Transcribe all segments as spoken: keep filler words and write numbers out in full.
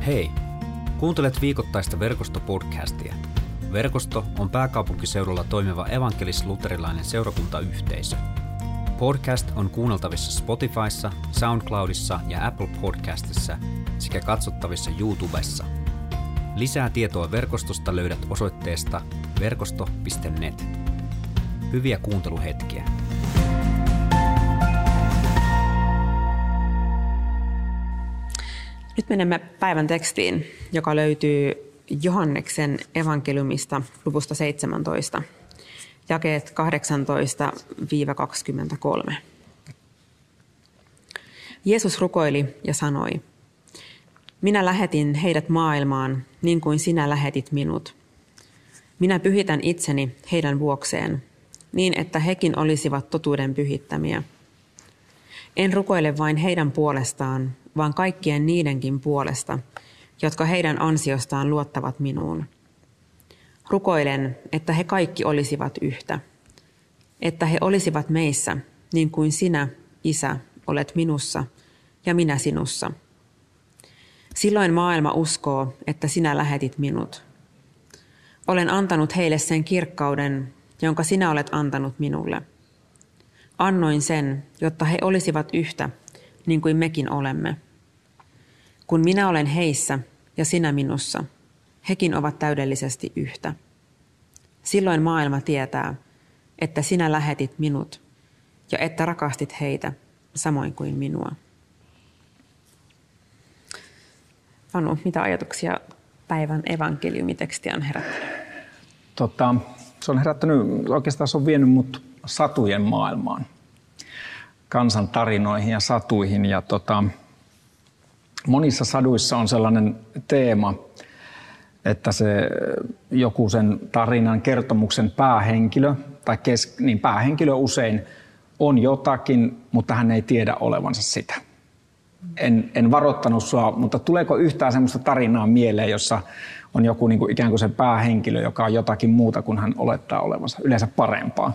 Hei! Kuuntelet viikoittaista Verkosto-podcastia. Verkosto on pääkaupunkiseudulla toimiva evankelis-luterilainen seurakuntayhteisö. Podcast on kuunneltavissa Spotifyssa, SoundCloudissa ja Apple Podcastissa sekä katsottavissa YouTubessa. Lisää tietoa verkostosta löydät osoitteesta verkosto piste net. Hyviä kuunteluhetkiä. Nyt menemme päivän tekstiin, joka löytyy Johanneksen evankeliumista luvusta seitsemäntoista, jakeet kahdeksantoista kaksikymmentäkolme. Jeesus rukoili ja sanoi, minä lähetin heidät maailmaan niin kuin sinä lähetit minut. Minä pyhitän itseni heidän vuokseen, niin että hekin olisivat totuuden pyhittämiä. En rukoile vain heidän puolestaan, vaan kaikkien niidenkin puolesta, jotka heidän ansiostaan luottavat minuun. Rukoilen, että he kaikki olisivat yhtä, että he olisivat meissä, niin kuin sinä, Isä, olet minussa ja minä sinussa. Silloin maailma uskoo, että sinä lähetit minut. Olen antanut heille sen kirkkauden, jonka sinä olet antanut minulle. Annoin sen, jotta he olisivat yhtä, niin kuin mekin olemme. Kun minä olen heissä ja sinä minussa, hekin ovat täydellisesti yhtä. Silloin maailma tietää, että sinä lähetit minut ja että rakastit heitä samoin kuin minua. Anu, mitä ajatuksia päivän evankeliumitekstiä on herättänyt? Tota, se on herättänyt, oikeastaan se on vienyt mut satujen maailmaan, kansan tarinoihin ja satuihin. Ja tota, monissa saduissa on sellainen teema, että se joku sen tarinan kertomuksen päähenkilö, tai kes, niin päähenkilö usein on jotakin, mutta hän ei tiedä olevansa sitä. En, en varoittanut sua, mutta tuleeko yhtään semmoista tarinaa mieleen, jossa on joku niin kuin ikään kuin se päähenkilö, joka on jotakin muuta kuin hän olettaa olevansa, yleensä parempaa?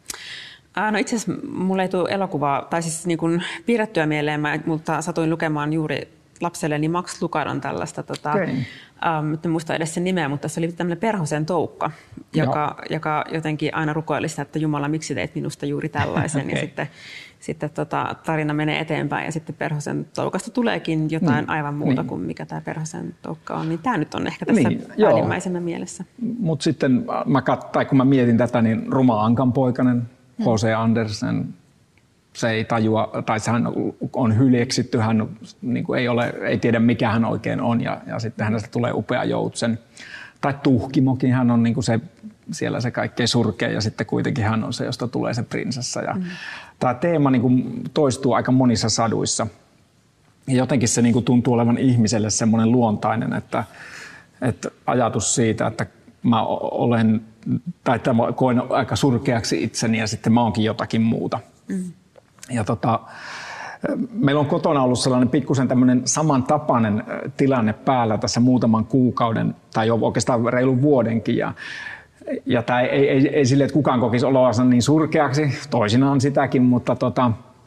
No itse asiassa mulle ei tule elokuvaa, tai siis niin kuin piirrettyä mieleen, mutta satuin lukemaan juuri lapselleni Max Lucadon tällaista, tota, okay. ähm, en muista edes sen nimeä, mutta se oli tämmöinen Perhosen Toukka, joka, joka jotenkin aina rukoili sitä, että Jumala, miksi teit minusta juuri tällaisen, okay. ja sitten, sitten tota, tarina menee eteenpäin, ja sitten Perhosen Toukasta tuleekin jotain niin, aivan muuta niin. kuin mikä tämä Perhosen Toukka on, niin tämä nyt on ehkä tässä niin, päällimmäisenä mielessä. Mutta sitten, mä kat, tai kun mä mietin tätä, niin Ruma Ankanpoikainen, H C Andersen, se ei tajua, tai hän on hyljeksitty, hän niin kuin ei, ole, ei tiedä mikä hän oikein on, ja, ja sitten hänestä tulee upea joutsen. Tai Tuhkimokin, hän on niin kuin se, siellä se kaikkein surkea, ja sitten kuitenkin hän on se, josta tulee se prinsessa. Ja mm. Tämä teema niin kuin toistuu aika monissa saduissa. Ja jotenkin se niin kuin tuntuu olevan ihmiselle semmoinen luontainen, että, että ajatus siitä, että mä olen, tai että mä koen aika surkeaksi itseni, ja sitten mä oonkin jotakin muuta. Mm. Ja tota, meillä on kotona ollut sellainen pikkusen tämmöinen samantapainen tilanne päällä tässä muutaman kuukauden tai jo oikeastaan reilun vuodenkin. Ja, ja tämä ei, ei, ei sille, että kukaan kokisi oloansa niin surkeaksi, toisinaan sitäkin, mutta tota,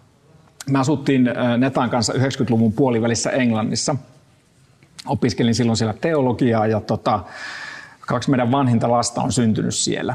me asuttiin Netan kanssa yhdeksänkymmentäluvun puolivälissä Englannissa. Opiskelin silloin siellä teologiaa ja tota, kaksi meidän vanhinta lasta on syntynyt siellä.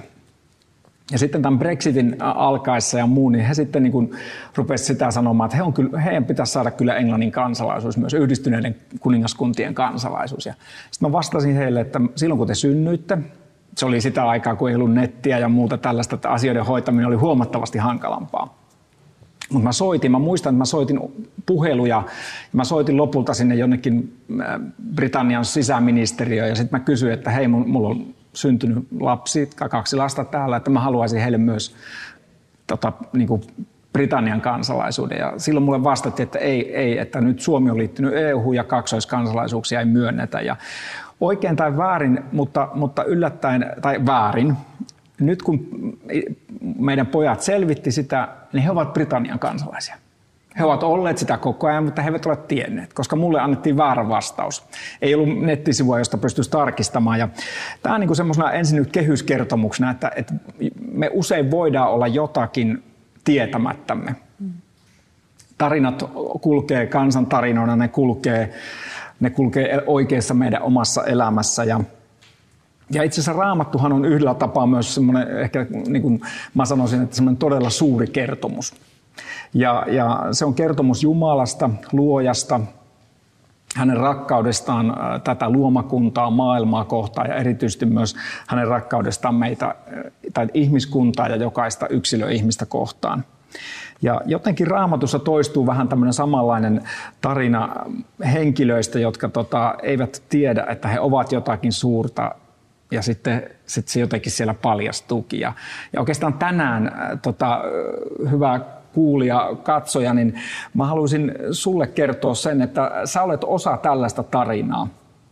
Ja sitten tämän Brexitin alkaessa ja muu, niin he sitten niin kuin rupesivat sitä sanomaan, että he on kyllä, heidän pitäisi saada kyllä Englannin kansalaisuus, myös yhdistyneiden kuningaskuntien kansalaisuus. Ja sitten mä vastasin heille, että silloin kun te synnyitte, se oli sitä aikaa, kun ei ollut nettiä ja muuta tällaista, että asioiden hoitaminen oli huomattavasti hankalampaa. Mutta mä soitin, mä muistan, että mä soitin puheluja, ja mä soitin lopulta sinne jonnekin Britannian sisäministeriöön, ja sitten mä kysyin, että hei, mulla on syntynyt lapsi, kaksi lasta täällä, että mä haluaisin heille myös tota, niin kuin Britannian kansalaisuuden. Ja silloin mulle vastattiin, että ei, ei, että nyt Suomi on liittynyt E U-hun ja kaksoiskansalaisuuksia ei myönnetä. Ja oikein tai väärin, mutta, mutta yllättäen, tai väärin, nyt kun meidän pojat selvitti sitä, niin he ovat Britannian kansalaisia. He ovat olleet sitä koko ajan, mutta he eivät ole tienneet, koska mulle annettiin väärä vastaus. Ei ollut nettisivua, josta pystyisi tarkistamaan. Ja tämä on niin kuin semmoisena ensin nyt kehyskertomuksena, että, että me usein voidaan olla jotakin tietämättämme. Tarinat kulkee kansantarinoina, ne kulkee ne kulkee oikeassa meidän omassa elämässä. Ja, ja itse asiassa Raamattuhan on yhdellä tapaa myös semmoinen, ehkä niin kuin mä sanoisin, että semmoinen todella suuri kertomus. Ja, ja se on kertomus Jumalasta, luojasta, hänen rakkaudestaan tätä luomakuntaa, maailmaa kohtaan ja erityisesti myös hänen rakkaudestaan meitä tai ihmiskuntaa ja jokaista yksilöihmistä kohtaan. Ja jotenkin Raamatussa toistuu vähän tämmöinen samanlainen tarina henkilöistä, jotka tota, eivät tiedä, että he ovat jotakin suurta ja sitten sit se jotenkin siellä paljastuukin. Ja, ja oikeastaan tänään, tota, hyvä kuulija, katsoja, niin mä haluaisin sulle kertoa sen, että sä olet osa tällaista tarinaa.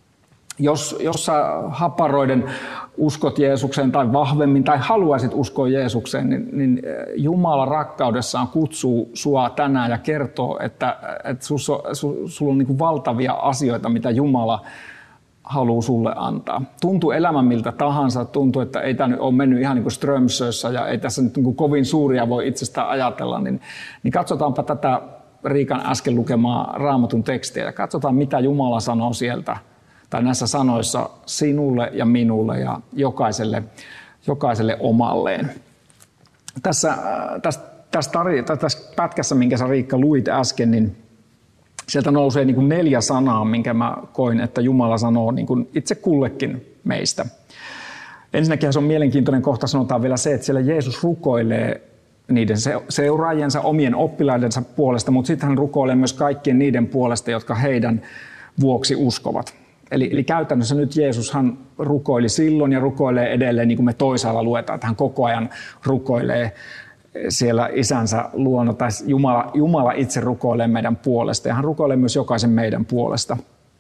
Jos, jos sä haparoiden uskot Jeesukseen tai vahvemmin tai haluaisit uskoa Jeesukseen, niin, niin Jumala rakkaudessaan kutsuu sua tänään ja kertoo, että, että sulla on, sul on niin kuin valtavia asioita, mitä Jumala haluaa sulle antaa. Tuntuu elämä miltä tahansa, tuntuu, että ei tämä nyt ole mennyt ihan niin kuin Strömsössä ja ei tässä nyt niin kuin kovin suuria voi itsestään ajatella, niin, niin katsotaanpa tätä Riikan äsken lukemaa Raamatun tekstiä ja katsotaan, mitä Jumala sanoo sieltä tai näissä sanoissa sinulle ja minulle ja jokaiselle, jokaiselle omalleen. Tässä, tässä, tässä, tar- tässä pätkässä, minkä sä Riikka luit äsken, niin sieltä nousee niin kuin neljä sanaa, minkä mä koin, että Jumala sanoo niin kuin itse kullekin meistä. Ensinnäkin se on mielenkiintoinen kohta, sanotaan vielä se, että siellä Jeesus rukoilee niiden seuraajiensa, omien oppilaidensa puolesta, mutta sitten hän rukoilee myös kaikkien niiden puolesta, jotka heidän vuoksi uskovat. Eli, eli käytännössä nyt Jeesushan rukoili silloin ja rukoilee edelleen, niin kuin me toisaalla luetaan, että hän koko ajan rukoilee siellä isänsä luona, tai Jumala, Jumala itse rukoilee meidän puolesta, ja hän rukoilee myös jokaisen meidän puolesta.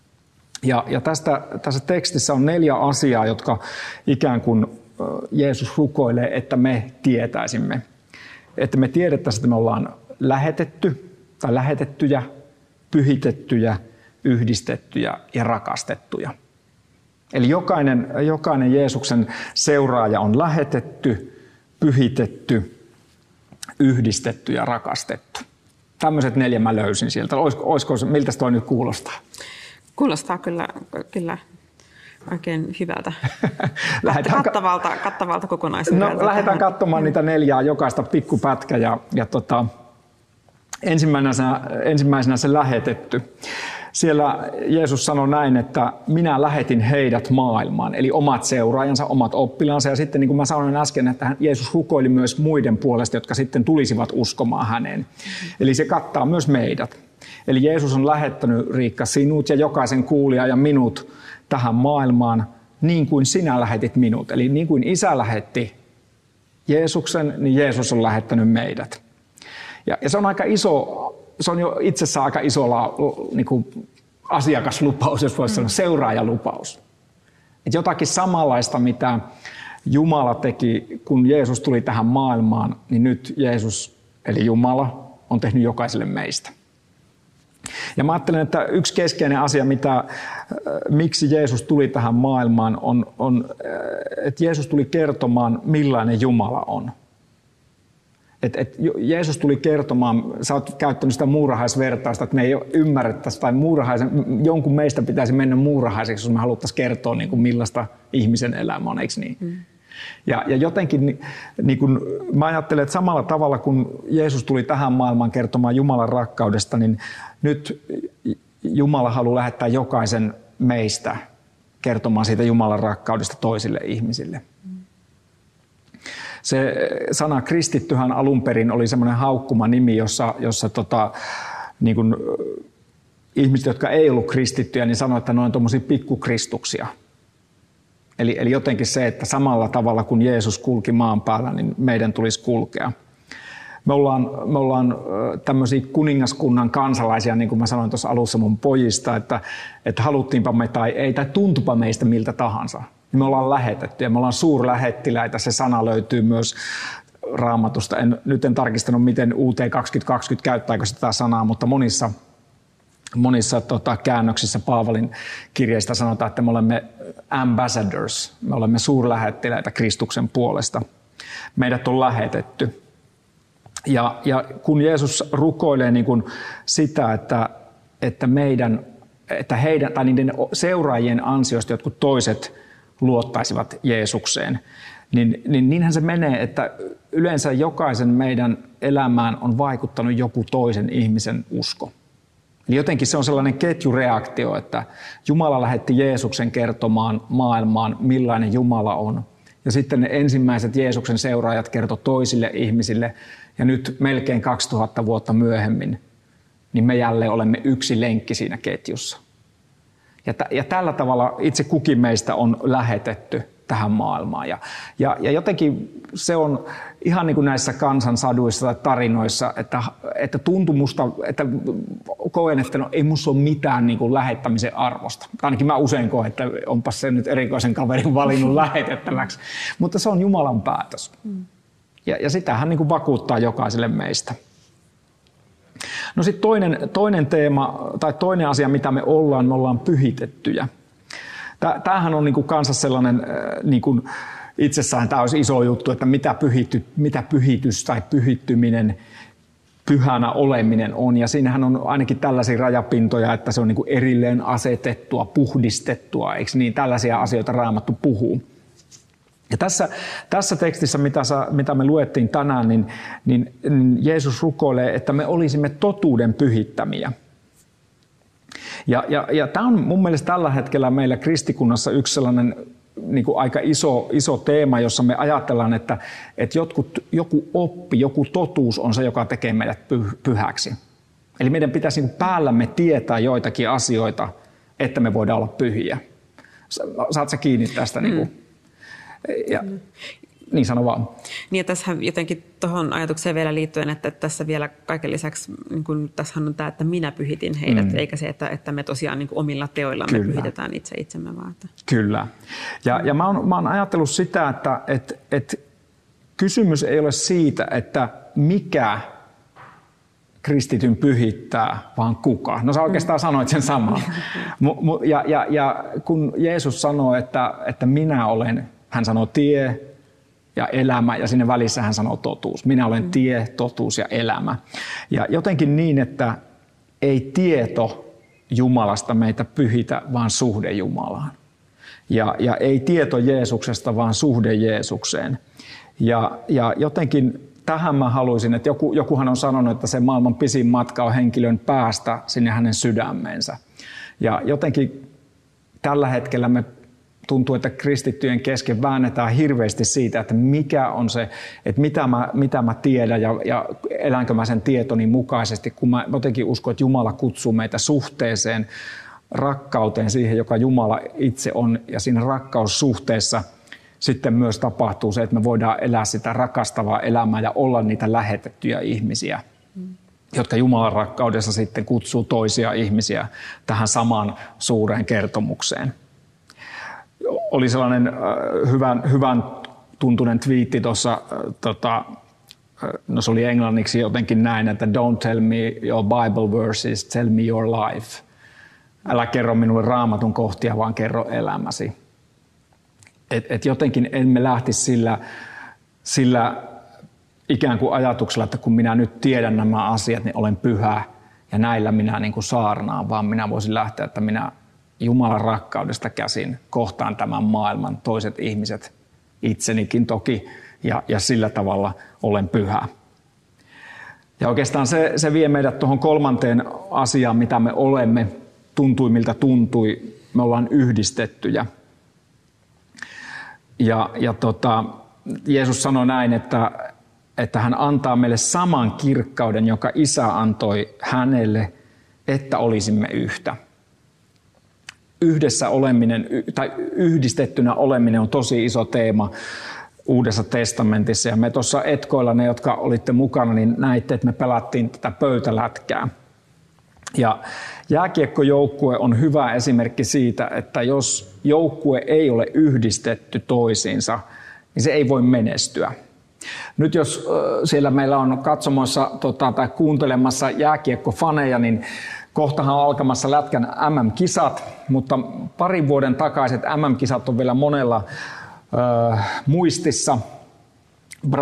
Ja, ja tästä, tässä tekstissä on neljä asiaa, jotka ikään kuin Jeesus rukoilee, että me tietäisimme. Että me tiedettäisiin, että me ollaan lähetetty, tai lähetettyjä, pyhitettyjä, yhdistettyjä ja rakastettuja. Eli jokainen, jokainen Jeesuksen seuraaja on lähetetty, pyhitetty, yhdistetty ja rakastettu. Tämmöiset neljä mä löysin sieltä. Olisiko, olisiko, miltä toi nyt kuulostaa? Kuulostaa kyllä, kyllä oikein hyvältä. lähdetään kattavalta, kattavalta kokonaisuudelta. No, lähdetään katsomaan niitä neljää, jokaista pikkupätkä. Ja, ja tota, ensimmäisenä, ensimmäisenä se lähetetty. Siellä Jeesus sanoi näin, että minä lähetin heidät maailmaan, eli omat seuraajansa, omat oppilaansa. Ja sitten niin kuin mä sanoin äsken, että Jeesus rukoili myös muiden puolesta, jotka sitten tulisivat uskomaan häneen. Eli se kattaa myös meidät. Eli Jeesus on lähettänyt, Riikka, sinut ja jokaisen kuulija ja minut tähän maailmaan niin kuin sinä lähetit minut. Eli niin kuin Isä lähetti Jeesuksen, niin Jeesus on lähettänyt meidät. Ja, ja se on aika iso... Se on jo itsessään aika iso la, niin kuin asiakaslupaus, jos voisi sanoa, seuraajalupaus. Et jotakin samanlaista, mitä Jumala teki, kun Jeesus tuli tähän maailmaan, niin nyt Jeesus, eli Jumala, on tehnyt jokaiselle meistä. Ja mä ajattelen, että yksi keskeinen asia, mitä, miksi Jeesus tuli tähän maailmaan, on, on, että Jeesus tuli kertomaan, millainen Jumala on. Et, et Jeesus tuli kertomaan, sä oot käyttänyt sitä muurahaisvertausta, että me ei ymmärrettäisi, tai muurahaisen, jonkun meistä pitäisi mennä muurahaiseksi, jos me haluttaisiin kertoa, niin kuin millaista ihmisen elämä on, eikö niin? Mm. Ja, ja jotenkin niin kun, mä ajattelen, että samalla tavalla kun Jeesus tuli tähän maailmaan kertomaan Jumalan rakkaudesta, niin nyt Jumala haluaa lähettää jokaisen meistä kertomaan siitä Jumalan rakkaudesta toisille ihmisille. Se sana kristittyhän alun perin oli semmoinen haukkuma nimi, jossa, jossa tota, niin kun, ihmiset, jotka ei ollut kristittyjä, niin sanoivat, että ne on tuommoisia pikkukristuksia. Eli, eli jotenkin se, että samalla tavalla kuin Jeesus kulki maan päällä, niin meidän tulisi kulkea. Me ollaan, me ollaan tämmöisiä kuningaskunnan kansalaisia, niin kuin mä sanoin tuossa alussa mun pojista, että, että haluttiinpa me tai ei, tai tuntupa meistä miltä tahansa. Me ollaan lähetetty ja me ollaan suurlähettiläitä. Se sana löytyy myös Raamatusta. En, nyt en tarkistanut, miten U T kaksituhattakaksikymmentä käyttääkö sitä sanaa, mutta monissa, monissa tota, käännöksissä Paavalin kirjeistä sanotaan, että me olemme ambassadors. Me olemme suurlähettiläitä Kristuksen puolesta. Meidät on lähetetty. Ja, ja kun Jeesus rukoilee niin kuin sitä, että, että meidän että heidän tai niiden seuraajien ansiosta jotkut toiset luottaisivat Jeesukseen, niin, niin niinhän se menee, että yleensä jokaisen meidän elämään on vaikuttanut joku toisen ihmisen usko. Eli jotenkin se on sellainen ketjureaktio, että Jumala lähetti Jeesuksen kertomaan maailmaan, millainen Jumala on. Ja sitten ne ensimmäiset Jeesuksen seuraajat kertoi toisille ihmisille, ja nyt melkein kaksituhatta vuotta myöhemmin, niin me jälleen olemme yksi lenkki siinä ketjussa. Ja, t- ja tällä tavalla itse kukin meistä on lähetetty tähän maailmaan. Ja, ja, ja jotenkin se on ihan niin kuin näissä kansansaduissa tai tarinoissa, että, että tuntuu musta, että koen, että no, ei musta ole mitään niin kuin lähettämisen arvosta. Ainakin mä usein koen, että onpas se nyt erikoisen kaverin valinnut lähetettäväksi. Mutta se on Jumalan päätös. Ja, ja sitä hän niin kuin vakuuttaa jokaiselle meistä. No sitten toinen, toinen teema tai toinen asia, mitä me ollaan, me ollaan pyhitettyjä. Tämähän on niinku kanssa sellainen, niinku, itsessään tämä olisi iso juttu, että mitä, pyhity, mitä pyhitys tai pyhittyminen, pyhänä oleminen on. Ja siinähän on ainakin tällaisia rajapintoja, että se on niinku erilleen asetettua, puhdistettua, eikö niin? Tällaisia asioita Raamattu puhuu. Ja tässä, tässä tekstissä, mitä, sä, mitä me luettiin tänään, niin, niin, niin Jeesus rukoilee, että me olisimme totuuden pyhittämiä. Ja, ja, ja tämä on mun mielestä tällä hetkellä meillä kristikunnassa yksi sellainen niin kuin aika iso, iso teema, jossa me ajatellaan, että, että jotkut, joku oppi, joku totuus on se, joka tekee meidät pyhäksi. Eli meidän pitäisi niin kuin päällämme tietää joitakin asioita, että me voidaan olla pyhiä. Saat sä kiinni tästä? Mm. Niin kuin? Ja, niin sano vaan. Niin ja tässä jotenkin tuohon ajatukseen vielä liittyen, että tässä vielä kaiken lisäksi, niin kun tässähän on tämä, että minä pyhitin heidät, mm. eikä se, että, että me tosiaan niin kuin omilla teoillamme Kyllä. pyhitetään itse itsemme vaan. Kyllä. Ja, ja mä, oon, mä oon ajatellut sitä, että et, et kysymys ei ole siitä, että mikä kristityn pyhittää, vaan kuka. No sä oikeastaan sanoit sen saman. ja, ja, ja kun Jeesus sanoo, että, että minä olen, hän sanoo tie ja elämä, ja sinne välissä hän sanoo totuus. Minä olen tie, totuus ja elämä. Ja jotenkin niin, että ei tieto Jumalasta meitä pyhitä, vaan suhde Jumalaan. Ja, ja ei tieto Jeesuksesta, vaan suhde Jeesukseen. Ja, ja jotenkin tähän mä haluaisin, että joku, jokuhan on sanonut, että se maailman pisin matka on henkilön päästä sinne hänen sydämensä. Ja jotenkin tällä hetkellä me tuntuu, että kristittyjen kesken väännetään hirveästi siitä, että mikä on se, että mitä mä, mitä mä tiedän ja, ja elänkö mä sen tietoni mukaisesti, kun mä jotenkin uskon, että Jumala kutsuu meitä suhteeseen, rakkauteen siihen, joka Jumala itse on, ja siinä rakkaussuhteessa sitten myös tapahtuu se, että me voidaan elää sitä rakastavaa elämää ja olla niitä lähetettyjä ihmisiä, mm. jotka Jumalan rakkaudessa sitten kutsuu toisia ihmisiä tähän samaan suureen kertomukseen. Oli sellainen äh, hyvän, hyvän tuntunen twiitti tuossa, äh, tota, äh, no se oli englanniksi jotenkin näin, että don't tell me your Bible verses, tell me your life. Älä kerro minulle raamatun kohtia, vaan kerro elämäsi. Et, et jotenkin emme lähtisi sillä, sillä ikään kuin ajatuksella, että kun minä nyt tiedän nämä asiat, niin olen pyhä ja näillä minä niin kuin saarnaan, vaan minä voisin lähteä, että minä Jumalan rakkaudesta käsin kohtaan tämän maailman toiset ihmiset, itsenikin toki, ja, ja sillä tavalla olen pyhä. Ja oikeastaan se, se vie meidät tuohon kolmanteen asiaan, mitä me olemme, tuntui miltä tuntui, me ollaan yhdistettyjä. Ja, ja tota, Jeesus sanoi näin, että, että hän antaa meille saman kirkkauden, jonka Isä antoi hänelle, että olisimme yhtä. Yhdessä oleminen tai yhdistettynä oleminen on tosi iso teema Uudessa testamentissa. Ja me tuossa Etkoilla, ne jotka olitte mukana, niin näitte, että me pelattiin tätä pöytälätkää. Ja jääkiekkojoukkue on hyvä esimerkki siitä, että jos joukkue ei ole yhdistetty toisiinsa, niin se ei voi menestyä. Nyt jos siellä meillä on katsomoissa tota, tai kuuntelemassa jääkiekkofaneja, niin kohtahan on alkamassa Lätkän M M-kisat, mutta parin vuoden takaiset M M-kisat on vielä monella ö, muistissa.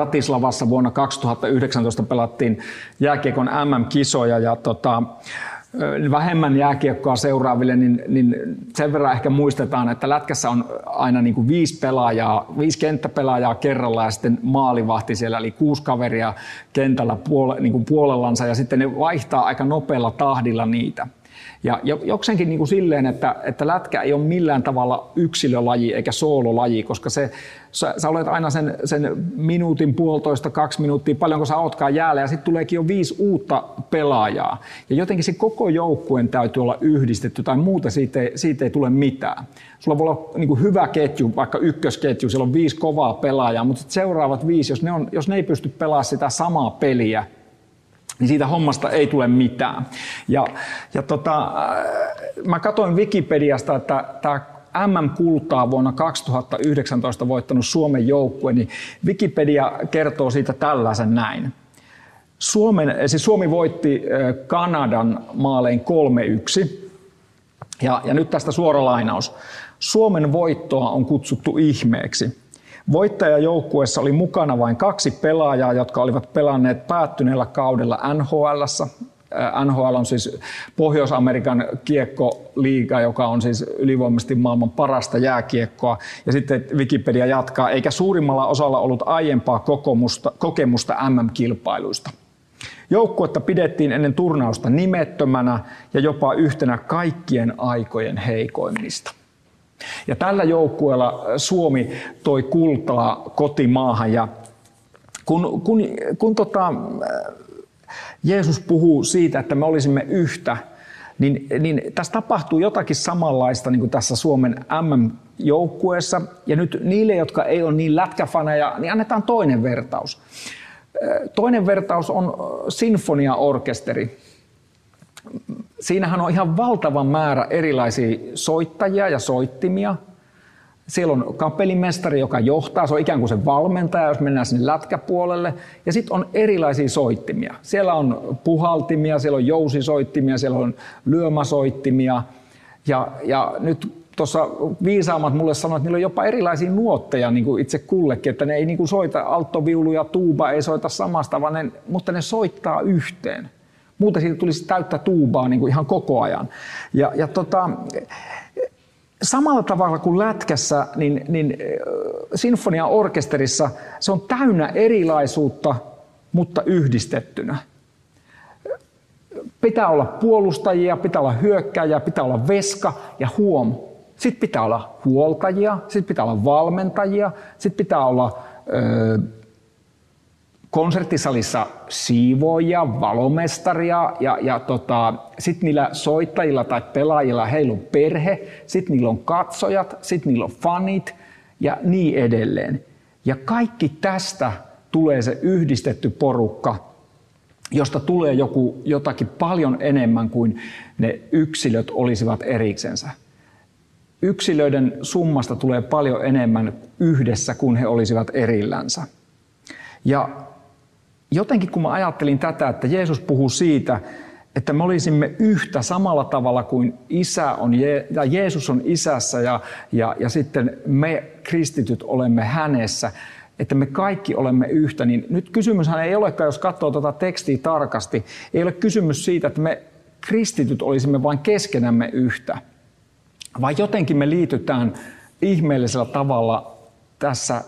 Bratislavassa vuonna kaksituhattayhdeksäntoista pelattiin jääkiekon M M-kisoja ja tota, vähemmän jääkiekkoa seuraaville, niin, niin sen verran ehkä muistetaan, että lätkässä on aina niin kuin viisi pelaajaa, viisi kenttäpelaajaa kerralla ja sitten maalivahti siellä, eli kuusi kaveria kentällä puole, niin kuin puolellansa ja sitten ne vaihtaa aika nopealla tahdilla niitä. Ja jokseenkin niin kuin silleen, että, että lätkä ei ole millään tavalla yksilölaji eikä soololaji, koska se, sä, sä olet aina sen, sen minuutin, puolitoista, kaksi minuuttia, paljonko sä ootkaan jäällä, ja sitten tuleekin jo viisi uutta pelaajaa. Ja jotenkin se koko joukkueen täytyy olla yhdistetty, tai muuta siitä ei, siitä ei tule mitään. Sulla voi olla niin kuin hyvä ketju, vaikka ykkösketju, siellä on viisi kovaa pelaajaa, mutta seuraavat viisi, jos ne, on, jos ne ei pysty pelaamaan sitä samaa peliä, niin siitä hommasta ei tule mitään. Ja, ja tota, mä katsoin Wikipediasta, että tämä M M-kultaa vuonna kaksituhattayhdeksäntoista voittanut Suomen joukkue, niin Wikipedia kertoo siitä tällaisen näin. Suomen, siis Suomi voitti Kanadan maalein kolme yksi. Ja, ja nyt tästä suora lainaus. Suomen voittoa on kutsuttu ihmeeksi. Voittajajoukkueessa oli mukana vain kaksi pelaajaa, jotka olivat pelanneet päättyneellä kaudella N H L:ssä. N H L on siis Pohjois-Amerikan kiekkoliiga, joka on siis ylivoimaisesti maailman parasta jääkiekkoa. Ja sitten Wikipedia jatkaa, eikä suurimmalla osalla ollut aiempaa kokemusta, kokemusta M M-kilpailuista. Joukkuetta pidettiin ennen turnausta nimettömänä ja jopa yhtenä kaikkien aikojen heikoimmista. Ja tällä joukkueella Suomi toi kultaa kotimaahan. Ja kun, kun, kun tota, Jeesus puhuu siitä, että me olisimme yhtä, niin, niin tässä tapahtuu jotakin samanlaista niin kuin tässä Suomen M M-joukkueessa. Ja nyt niille, jotka ei ole niin lätkäfaneja, niin annetaan toinen vertaus. Toinen vertaus on sinfoniaorkesteri. Siinähän on ihan valtava määrä erilaisia soittajia ja soittimia. Siellä on kapellimestari, joka johtaa, se on ikään kuin se valmentaja, jos mennään sinne lätkäpuolelle. Ja sitten on erilaisia soittimia. Siellä on puhaltimia, siellä on jousisoittimia, siellä on lyömäsoittimia. Ja, ja nyt tuossa viisaammat mulle sanoivat, että niillä on jopa erilaisia nuotteja niin kuin itse kullekin, että ne ei niin kuin soita alttoviulu ja tuuba, ei soita samasta, vaan ne, mutta ne soittaa yhteen. Muuten siitä tulisi täyttä tuubaa niin kuin ihan koko ajan. Ja, ja tota, samalla tavalla kuin lätkässä, niin, niin sinfoniaorkesterissa se on täynnä erilaisuutta, mutta yhdistettynä. Pitää olla puolustajia, pitää olla hyökkääjiä, pitää olla veska ja huom. Sitten pitää olla huoltajia, sitten pitää olla valmentajia, sitten pitää olla Öö, konserttisalissa siivoojia, valomestaria ja, ja tota, sitten niillä soittajilla tai pelaajilla heillä on perhe, sitten niillä on katsojat, sitten niillä on fanit ja niin edelleen. Ja kaikki tästä tulee se yhdistetty porukka, josta tulee joku, jotakin paljon enemmän kuin ne yksilöt olisivat eriksensä. Yksilöiden summasta tulee paljon enemmän yhdessä kuin he olisivat erillänsä. Ja jotenkin kun mä ajattelin tätä, että Jeesus puhuu siitä, että me olisimme yhtä samalla tavalla kuin Isä on, ja Jeesus on Isässä ja, ja, ja sitten me kristityt olemme hänessä, että me kaikki olemme yhtä, niin nyt kysymyshän ei olekaan, jos katsoo tuota tekstiä tarkasti, ei ole kysymys siitä, että me kristityt olisimme vain keskenämme yhtä, vaan jotenkin me liitytään ihmeellisellä tavalla tässä.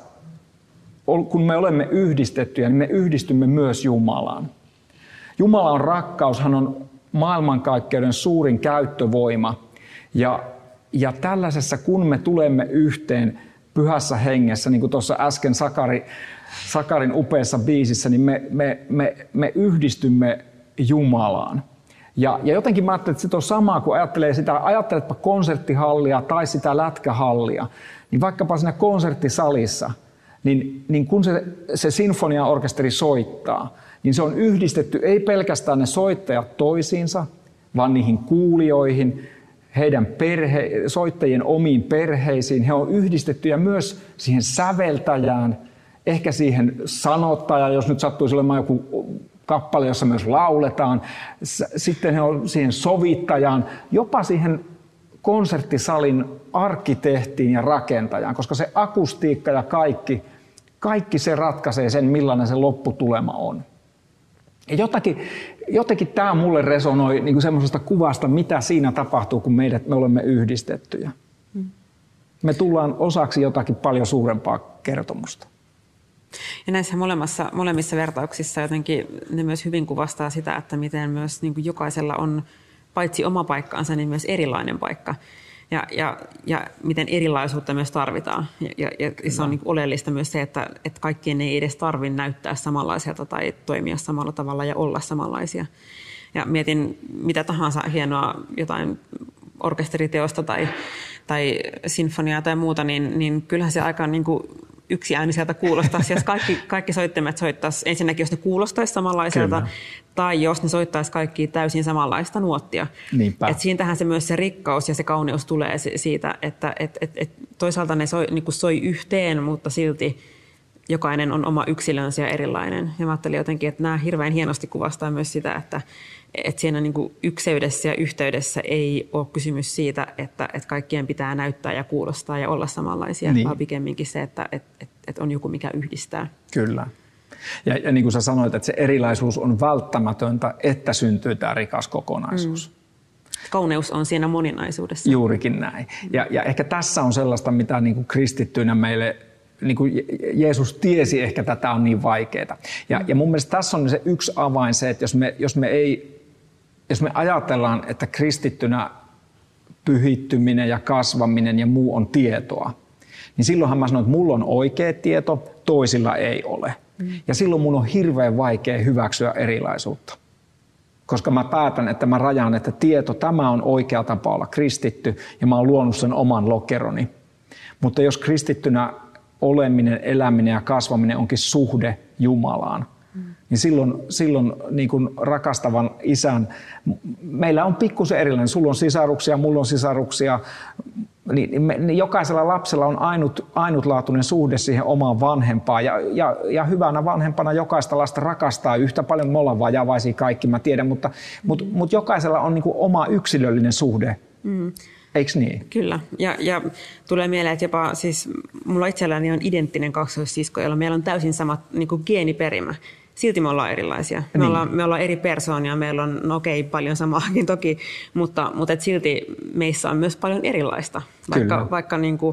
Kun me olemme yhdistettyjä, niin me yhdistymme myös Jumalaan. Jumala on rakkaus, hän on maailmankaikkeuden suurin käyttövoima. Ja, ja tällaisessa, kun me tulemme yhteen pyhässä hengessä, niin kuin tuossa äsken Sakari, Sakarin upeassa biisissä, niin me, me, me, me yhdistymme Jumalaan. Ja, ja jotenkin mä ajattelin, että se on samaa, kun ajattelee sitä, ajatteletpa konserttihallia tai sitä lätkähallia, niin vaikkapa siinä konserttisalissa, Niin, niin kun se, se sinfoniaorkesteri soittaa, niin se on yhdistetty ei pelkästään ne soittajat toisiinsa, vaan niihin kuulijoihin, heidän perhe, soittajien omiin perheisiin. He on yhdistettyjä myös siihen säveltäjään, ehkä siihen sanottajaan, jos nyt sattuisi olemaan joku kappale, jossa myös lauletaan. Sitten he on siihen sovittajaan, jopa siihen konserttisalin arkkitehtiin ja rakentajaan, koska se akustiikka ja kaikki, kaikki se ratkaisee sen, millainen se lopputulema on. Ja jotakin, jotenkin tämä mulle resonoi niin kuin semmoisesta kuvasta, mitä siinä tapahtuu, kun meidät, me olemme yhdistettyjä. Mm. Me tullaan osaksi jotakin paljon suurempaa kertomusta. Ja näissä molemmissa, molemmissa vertauksissa jotenkin ne myös hyvin kuvastaa sitä, että miten myös niin kuin jokaisella on paitsi oma paikkaansa, niin myös erilainen paikka. Ja, ja, ja miten erilaisuutta myös tarvitaan. Ja, ja, ja se on niin kuin oleellista myös se, että, että kaikkien ei edes tarvitse näyttää samanlaiselta tai toimia samalla tavalla ja olla samanlaisia. Ja mietin mitä tahansa hienoa jotain orkesteriteosta tai, tai sinfoniaa tai muuta, niin, niin kyllähän se aika niin kuin yksi ääni sieltä kuulostaisi, jos kaikki, kaikki soittimet soittaisi, ensinnäkin jos ne kuulostaisi samanlaiselta, Kyllä. tai jos ne soittaisi kaikki täysin samanlaista nuottia. Et siintähän se myös se rikkaus ja se kauneus tulee siitä, että et, et, et toisaalta ne soi, niin kuin soi yhteen, mutta silti jokainen on oma yksilönsä ja erilainen. Ja mä ajattelin jotenkin, että nämä hirveän hienosti kuvastaa myös sitä, että että siinä niin kuin ykseydessä ja yhteydessä ei ole kysymys siitä, että, että kaikkien pitää näyttää ja kuulostaa ja olla samanlaisia, niin. vaan pikemminkin se, että, että, että on joku, mikä yhdistää. Kyllä. Ja, ja niin kuin sä sanoit, että se erilaisuus on välttämätöntä, että syntyy tämä rikas kokonaisuus. Mm. Kauneus on siinä moninaisuudessa. Juurikin näin. Ja, ja ehkä tässä on sellaista, mitä niin kuin kristittyinä meille niin kuin Jeesus tiesi, ehkä tätä on niin vaikeaa. Ja, ja mun mielestä tässä on se yksi avain se, että jos me, jos me, ei, jos me ajatellaan, että kristittynä pyhittyminen ja kasvaminen ja muu on tietoa, niin silloinhan mä sanon, että mulla on oikea tieto, toisilla ei ole. Mm. Ja silloin mun on hirveän vaikea hyväksyä erilaisuutta. Koska mä päätän, että mä rajaan, että tieto, tämä on oikea tapa olla kristitty ja mä oon luonut sen oman lokeroni. Mutta jos kristittynä oleminen, eläminen ja kasvaminen onkin suhde Jumalaan, mm. niin silloin, silloin niin kuin rakastavan isän, meillä on pikkusen erilainen, sulla on sisaruksia, mulla on sisaruksia, niin, me, niin jokaisella lapsella on ainut, ainutlaatuinen suhde siihen omaan vanhempaan ja, ja, ja hyvänä vanhempana jokaista lasta rakastaa yhtä paljon, me ollaan vajavaisia kaikki, mä tiedän, mutta, mm. mutta, mutta jokaisella on niin kuin oma yksilöllinen suhde. Mm. Eikö niin? Kyllä. Ja, ja tulee mieleen, että jopa siis mulla itselläni on identtinen kaksoissisko, jolla meillä on täysin sama niin kuin geeniperimä. Silti me ollaan erilaisia. Me, niin. ollaan, me ollaan eri persoonia, meillä on, no okei, paljon samaakin toki, mutta, mutta et silti meissä on myös paljon erilaista. Vaikka, vaikka, niin kuin,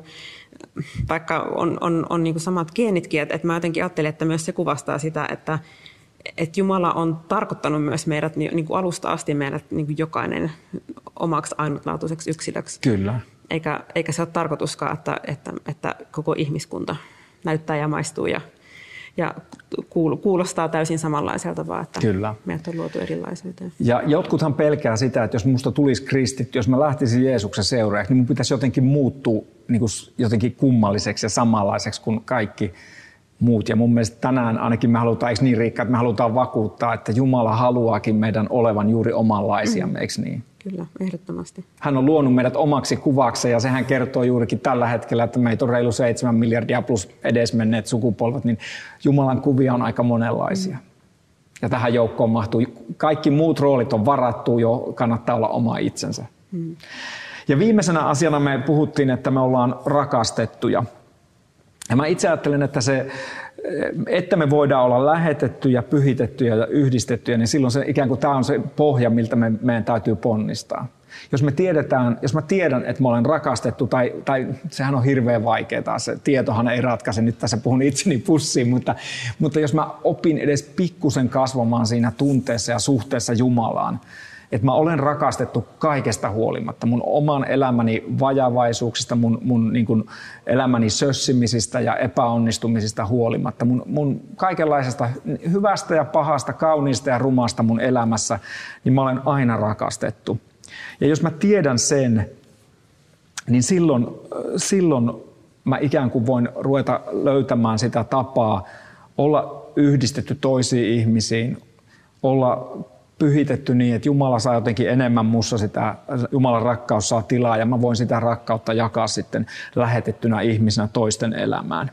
vaikka on, on, on niin kuin samat geenitkin, että, että mä jotenkin ajattelen, että myös se kuvastaa sitä, että että Jumala on tarkoittanut myös meidät niin kuin alusta asti meidät niin kuin jokainen omaksi ainutlaatuiseksi yksilöksi. Kyllä. Eikä, eikä se ole tarkoituskaan, että, että, että koko ihmiskunta näyttää ja maistuu ja, ja kuulostaa täysin samanlaiselta, vaan että Kyllä. meidät on luotu erilaisuuteen. Ja jotkuthan pelkää sitä, että jos musta tulisi kristitty, jos mä lähtisin Jeesuksen seuraajaksi, niin mun pitäisi jotenkin muuttua niin kuin jotenkin kummalliseksi ja samanlaiseksi kuin kaikki muut. Ja mun mielestä tänään ainakin me halutaan, eikö niin Riikka, että me halutaan vakuuttaa, että Jumala haluaakin meidän olevan juuri omanlaisiamme, eikö niin? Kyllä, ehdottomasti. Hän on luonut meidät omaksi kuvakseen ja sehän kertoo juurikin tällä hetkellä, että meitä on reilu seitsemän miljardia plus edesmenneet sukupolvet, niin Jumalan kuvia on aika monenlaisia. Mm. Ja tähän joukkoon mahtuu, kaikki muut roolit on varattu jo, kannattaa olla oma itsensä. Mm. Ja viimeisenä asiana me puhuttiin, että me ollaan rakastettuja. Ja mä itse ajattelen, että, se, että me voidaan olla lähetettyjä, pyhitettyjä ja yhdistettyjä, niin silloin se, ikään kuin tämä on se pohja, miltä me, meidän täytyy ponnistaa. Jos me tiedetään, jos mä tiedän, että mä olen rakastettu, tai, tai sehän on hirveän vaikeaa, se tietohan ei ratkaise, nyt tässä puhun itseni pussiin, mutta, mutta jos mä opin edes pikkusen kasvamaan siinä tunteessa ja suhteessa Jumalaan, että mä olen rakastettu kaikesta huolimatta, mun oman elämäni vajavaisuuksista, mun, mun niin kuin elämäni sössimisistä ja epäonnistumisista huolimatta, mun, mun kaikenlaisesta hyvästä ja pahasta, kauniista ja rumasta mun elämässä, niin mä olen aina rakastettu. Ja jos mä tiedän sen, niin silloin, silloin mä ikään kuin voin ruveta löytämään sitä tapaa olla yhdistetty toisiin ihmisiin, olla pyhitetty niin, että Jumala saa jotenkin enemmän mussa sitä, Jumalan rakkaus saa tilaa ja mä voin sitä rakkautta jakaa sitten lähetettynä ihmisenä toisten elämään.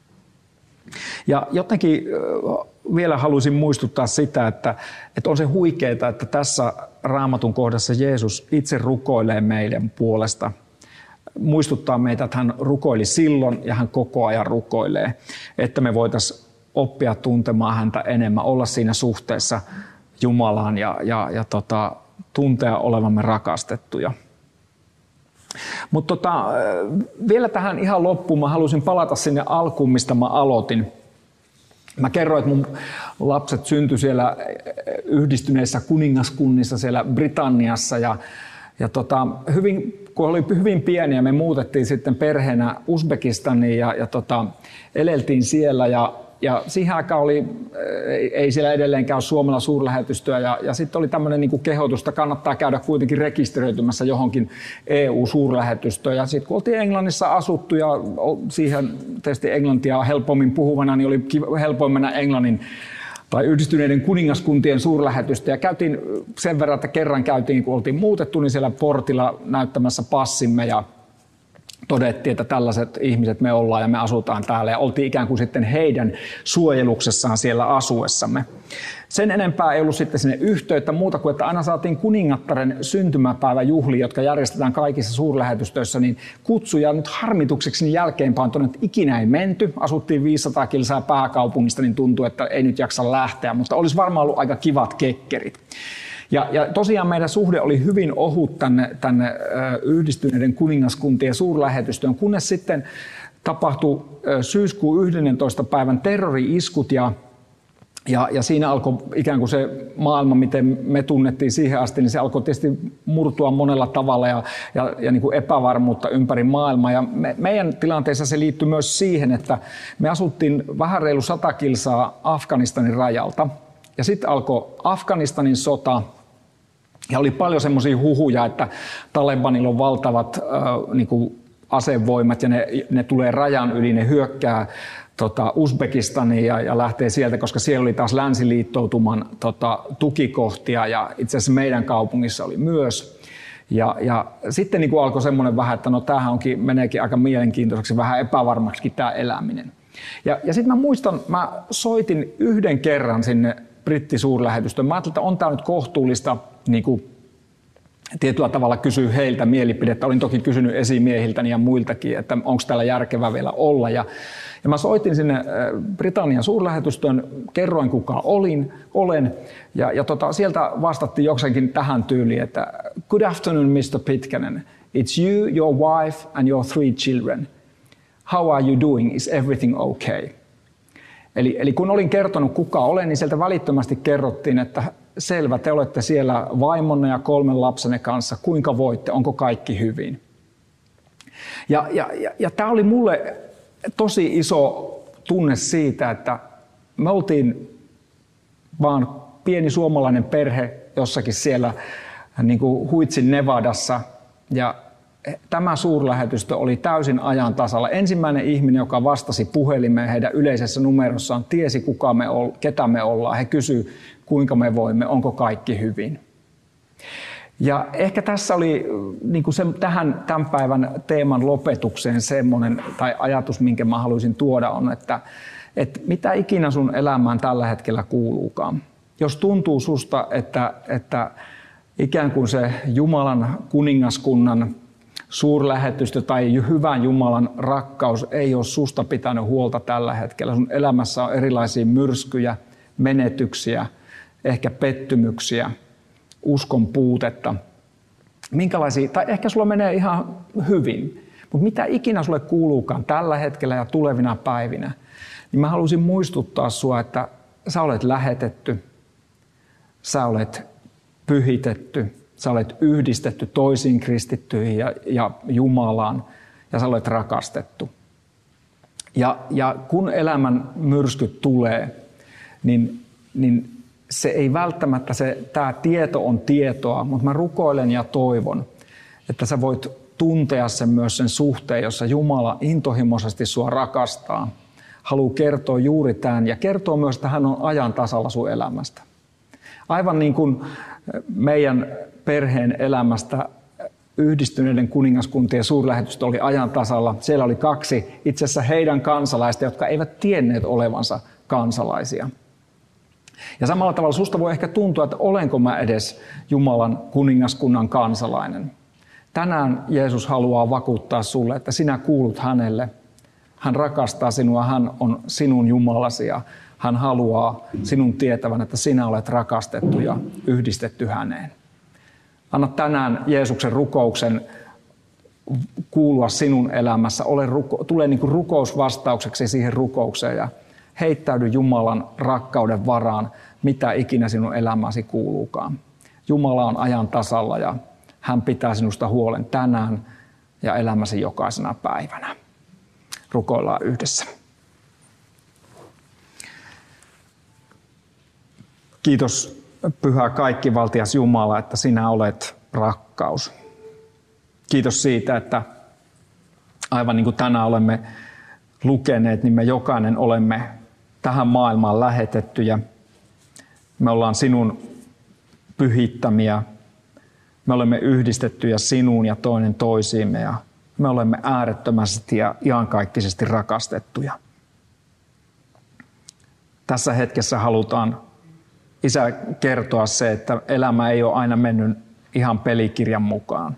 Ja jotenkin vielä haluaisin muistuttaa sitä, että, että on se huikeeta, että tässä Raamatun kohdassa Jeesus itse rukoilee meidän puolesta. Muistuttaa meitä, että hän rukoili silloin ja hän koko ajan rukoilee, että me voitaisiin oppia tuntemaan häntä enemmän, olla siinä suhteessa Jumalaan ja, ja, ja tota, tuntea olevamme rakastettuja. Mutta tota, vielä tähän ihan loppuun mä haluaisin palata sinne alkuun, mistä mä aloitin. Mä kerroin, että mun lapset syntyi siellä Yhdistyneissä kuningaskunnissa siellä Britanniassa ja, ja tota, hyvin, kun oli hyvin pieniä, me muutettiin sitten perheenä Uzbekistaniin ja, ja tota, eleltiin siellä ja, ja siihen aikaan oli, ei siellä edelleenkään ole Suomella suurlähetystöä ja, ja sitten oli tämmöinen niin kuin kehotus, että kannattaa käydä kuitenkin rekisteröitymässä johonkin E U-suurlähetystöön ja sitten kun oltiin Englannissa asuttu ja siihen tietysti englantia helpommin puhuvana, niin oli helpoin mennä Englannin tai Yhdistyneiden kuningaskuntien suurlähetystä ja käytiin sen verran, että kerran käytiin, kun oltiin muutettu, niin siellä portilla näyttämässä passimme ja todettiin, että tällaiset ihmiset me ollaan ja me asutaan täällä ja oltiin ikään kuin sitten heidän suojeluksessaan siellä asuessamme. Sen enempää ei ollut sitten sinne yhteyttä muuta kuin, että aina saatiin kuningattaren syntymäpäiväjuhlia, jotka järjestetään kaikissa suurlähetystöissä, niin kutsuja nyt harmitukseksi niin jälkeenpäin tuonne, että ikinä ei menty. Asuttiin viisisataa kilsaa pääkaupungista, niin tuntui, että ei nyt jaksa lähteä, mutta olisi varmaan ollut aika kivat kekkerit. Ja, ja tosiaan meidän suhde oli hyvin ohut tänne, tänne Yhdistyneiden kuningaskuntien suurlähetystöön, kunnes sitten tapahtui syyskuun yhdennentoista päivän terrori-iskut ja, ja, ja siinä alkoi ikään kuin se maailma, miten me tunnettiin siihen asti, niin se alkoi tietysti murtua monella tavalla ja, ja, ja niin kuin epävarmuutta ympäri maailmaa. Ja me, meidän tilanteessa se liittyi myös siihen, että me asuttiin vähän reilu sata kilsaa Afganistanin rajalta. Ja sitten alkoi Afganistanin sota ja oli paljon semmoisia huhuja, että Talebanilla on valtavat äh, niin kuin asevoimat ja ne, ne tulee rajan yli, ne hyökkää tota, Uzbekistaniin ja, ja lähtee sieltä, koska siellä oli taas länsiliittoutuman tota, tukikohtia ja itse asiassa meidän kaupungissa oli myös. Ja, ja sitten niin kuin alkoi semmoinen vähän, että no tämähän onkin, meneekin aika mielenkiintoiseksi, vähän epävarmaksi tämä eläminen. Ja, ja sitten mä muistan, mä soitin yhden kerran sinne brittisuurlähetystöön. Mä ajattelin, että on tämä nyt kohtuullista niin kuin tietyllä tavalla kysyä heiltä mielipidettä. Olin toki kysynyt esimiehiltäni ja muiltakin, että onko täällä järkevää vielä olla. Ja, ja mä soitin sinne Britannian suurlähetystöön, kerroin kuka olin, olen. Ja, ja tota, sieltä vastattiin jokseenkin tähän tyyliin, että good afternoon mister Pitkänen. It's you, your wife and your three children. How are you doing? Is everything okay? Eli, eli kun olin kertonut kuka olen, niin sieltä välittömästi kerrottiin, että selvä, te olette siellä vaimonne ja kolmen lapsenne kanssa, kuinka voitte, onko kaikki hyvin? Ja, ja, ja, ja tämä oli mulle tosi iso tunne siitä, että me oltiin vaan pieni suomalainen perhe jossakin siellä niin kuin Huitsin Nevadassa ja tämä suurlähetystö oli täysin ajan tasalla. Ensimmäinen ihminen, joka vastasi puhelimeen heidän yleisessä numerossaan, tiesi kuka me ol, ketä me ollaan. He kysyivät, kuinka me voimme, onko kaikki hyvin. Ja ehkä tässä oli niin kuin se, tähän tämän päivän teeman lopetukseen semmoinen, tai ajatus, minkä mä haluaisin tuoda, on, että, että mitä ikinä sun elämään tällä hetkellä kuuluukaan. Jos tuntuu susta, että, että ikään kuin se Jumalan kuningaskunnan suurlähetystö tai hyvän Jumalan rakkaus ei ole susta pitänyt huolta tällä hetkellä. Sun elämässä on erilaisia myrskyjä, menetyksiä, ehkä pettymyksiä, uskon puutetta. Minkälaisia, tai ehkä sulla menee ihan hyvin, mutta mitä ikinä sulle kuuluukaan tällä hetkellä ja tulevina päivinä, niin mä haluaisin muistuttaa sua, että sä olet lähetetty, sä olet pyhitetty, sä olet yhdistetty toisiin kristittyihin ja, ja Jumalaan ja sä olet rakastettu. Ja, ja kun elämän myrskyt tulee, niin, niin se ei välttämättä, se, tämä tieto on tietoa, mutta mä rukoilen ja toivon, että sä voit tuntea sen myös sen suhteen, jossa Jumala intohimoisesti sua rakastaa, haluaa kertoa juuri tämän ja kertoo myös, että hän on ajan tasalla sun elämästä. Aivan niin kuin meidän perheen elämästä Yhdistyneiden kuningaskuntien suurlähetystö oli ajan tasalla. Siellä oli kaksi itse asiassa heidän kansalaista, jotka eivät tienneet olevansa kansalaisia. Ja samalla tavalla susta voi ehkä tuntua, että olenko mä edes Jumalan kuningaskunnan kansalainen. Tänään Jeesus haluaa vakuuttaa sulle, että sinä kuulut hänelle. Hän rakastaa sinua, hän on sinun Jumalasi ja Hän haluaa sinun tietävän, että sinä olet rakastettu ja yhdistetty häneen. Anna tänään Jeesuksen rukouksen kuulua sinun elämässä. Ole ruko- tule niin kuin rukousvastaukseksi siihen rukoukseen ja heittäydy Jumalan rakkauden varaan, mitä ikinä sinun elämäsi kuuluukaan. Jumala on ajan tasalla ja hän pitää sinusta huolen tänään ja elämäsi jokaisena päivänä. Rukoillaan yhdessä. Kiitos Pyhä kaikkivaltias Jumala, että sinä olet rakkaus. Kiitos siitä, että aivan niin kuin tänään olemme lukeneet, niin me jokainen olemme tähän maailmaan lähetettyjä. Me ollaan sinun pyhittämiä. Me olemme yhdistettyjä sinuun ja toinen toisiimme ja me olemme äärettömästi ja iankaikkisesti rakastettuja. Tässä hetkessä halutaan, Isä, kertoa se, että elämä ei ole aina mennyt ihan pelikirjan mukaan.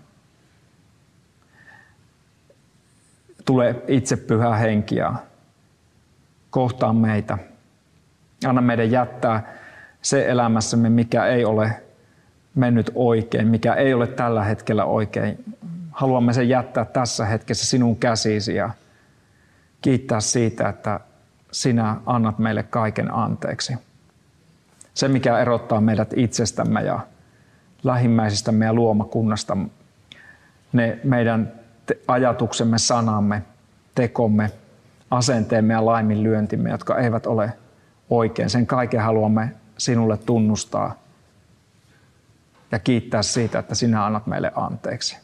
Tule itse Pyhä Henki ja kohtaa meitä. Anna meidän jättää se elämässämme, mikä ei ole mennyt oikein, mikä ei ole tällä hetkellä oikein. Haluamme sen jättää tässä hetkessä sinun käsisi ja kiittää siitä, että sinä annat meille kaiken anteeksi. Se, mikä erottaa meidät itsestämme ja lähimmäisistämme ja luomakunnasta, ne meidän ajatuksemme, sanamme, tekomme, asenteemme ja laiminlyöntimme, jotka eivät ole oikein. Sen kaiken haluamme sinulle tunnustaa ja kiittää siitä, että sinä annat meille anteeksi.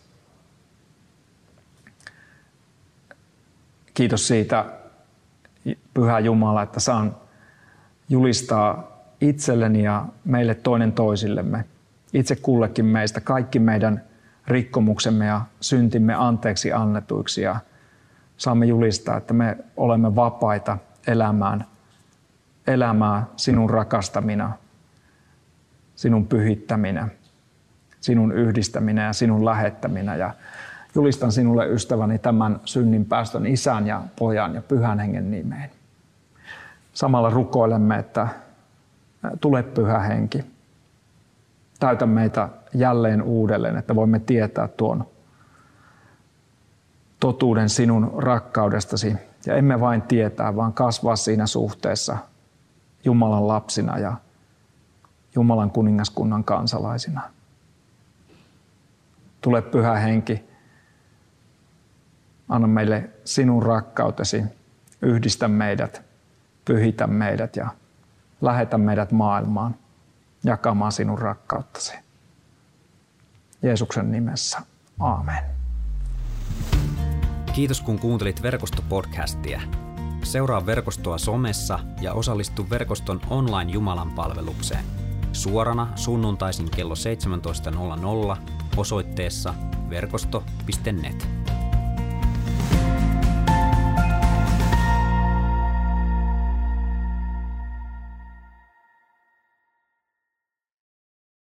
Kiitos siitä, Pyhä Jumala, että saan julistaa itselleni ja meille toinen toisillemme, itse kullekin meistä, kaikki meidän rikkomuksemme ja syntimme anteeksi annetuiksi ja saamme julistaa, että me olemme vapaita elämään, elämää sinun rakastamina, sinun pyhittäminä, sinun yhdistäminä ja sinun lähettäminä ja julistan sinulle ystäväni tämän synninpäästön Isän ja Pojan ja Pyhän Hengen nimeen. Samalla rukoilemme, että tule Pyhä Henki. Täytä meitä jälleen uudelleen, että voimme tietää tuon totuuden sinun rakkaudestasi. Ja emme vain tietää, vaan kasvaa siinä suhteessa Jumalan lapsina ja Jumalan kuningaskunnan kansalaisina. Tule Pyhä Henki. Anna meille sinun rakkautesi, yhdistä meidät, pyhitä meidät ja lähetä meidät maailmaan jakamaan sinun rakkauttasi. Jeesuksen nimessä. Aamen. Kiitos kun kuuntelit Verkosto-podcastia. Seuraa Verkostoa somessa ja osallistu Verkoston online Jumalan palvelukseen. Suorana sunnuntaisin kello seitsemäntoista nolla nolla osoitteessa verkosto piste net.